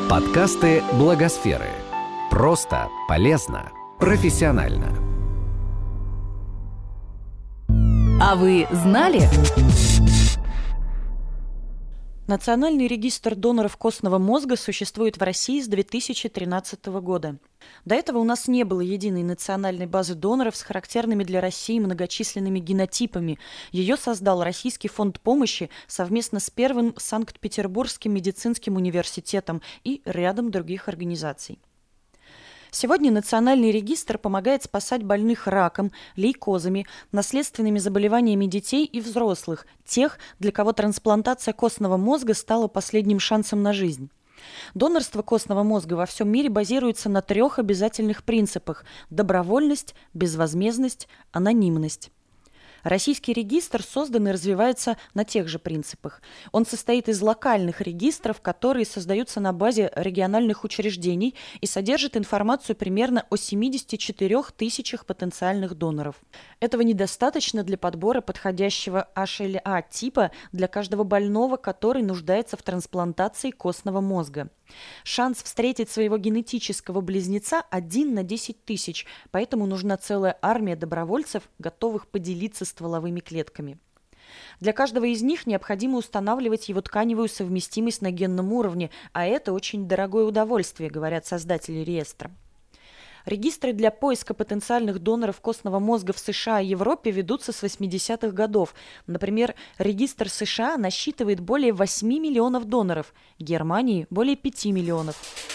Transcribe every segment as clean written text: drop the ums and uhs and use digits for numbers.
Подкасты Благосферы. Просто, полезно, профессионально. А вы знали? Национальный регистр доноров костного мозга существует в России с 2013 года. До этого у нас не было единой национальной базы доноров с характерными для России многочисленными генотипами. Ее создал Российский фонд помощи совместно с Первым Санкт-Петербургским медицинским университетом и рядом других организаций. Сегодня национальный регистр помогает спасать больных раком, лейкозами, наследственными заболеваниями детей и взрослых, тех, для кого трансплантация костного мозга стала последним шансом на жизнь. Донорство костного мозга во всем мире базируется на 3 обязательных принципах – добровольность, безвозмездность, анонимность. Российский регистр создан и развивается на тех же принципах. Он состоит из локальных регистров, которые создаются на базе региональных учреждений и содержит информацию примерно о 74 тысячах потенциальных доноров. Этого недостаточно для подбора подходящего HLA типа для каждого больного, который нуждается в трансплантации костного мозга. Шанс встретить своего генетического близнеца 1 на 10 тысяч, поэтому нужна целая армия добровольцев, готовых поделиться стволовыми клетками. Для каждого из них необходимо устанавливать его тканевую совместимость на генном уровне, а это очень дорогое удовольствие, говорят создатели реестра. Регистры для поиска потенциальных доноров костного мозга в США и Европе ведутся с 80-х годов. Например, регистр США насчитывает более 8 миллионов доноров, Германии – более 5 миллионов.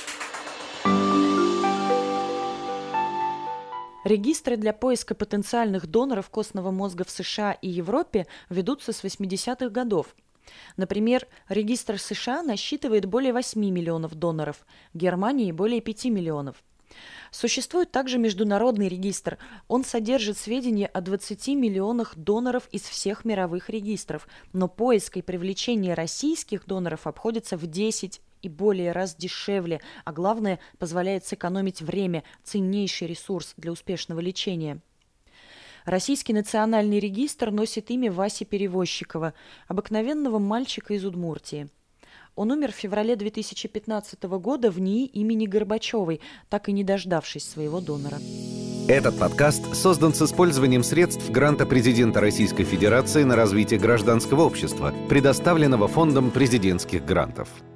Регистры для поиска потенциальных доноров костного мозга в США и Европе ведутся с 80-х годов. Например, регистр США насчитывает более 8 миллионов доноров, Германии – более 5 миллионов. Существует также международный регистр. Он содержит сведения о 20 миллионах доноров из всех мировых регистров, но поиск и привлечение российских доноров обходится в 10 и более раз дешевле, а главное, позволяет сэкономить время, ценнейший ресурс для успешного лечения. Российский национальный регистр носит имя Васи Перевозчикова, обыкновенного мальчика из Удмуртии. Он умер в феврале 2015 года в НИИ имени Горбачевой, так и не дождавшись своего донора. Этот подкаст создан с использованием средств гранта президента Российской Федерации на развитие гражданского общества, предоставленного Фондом президентских грантов.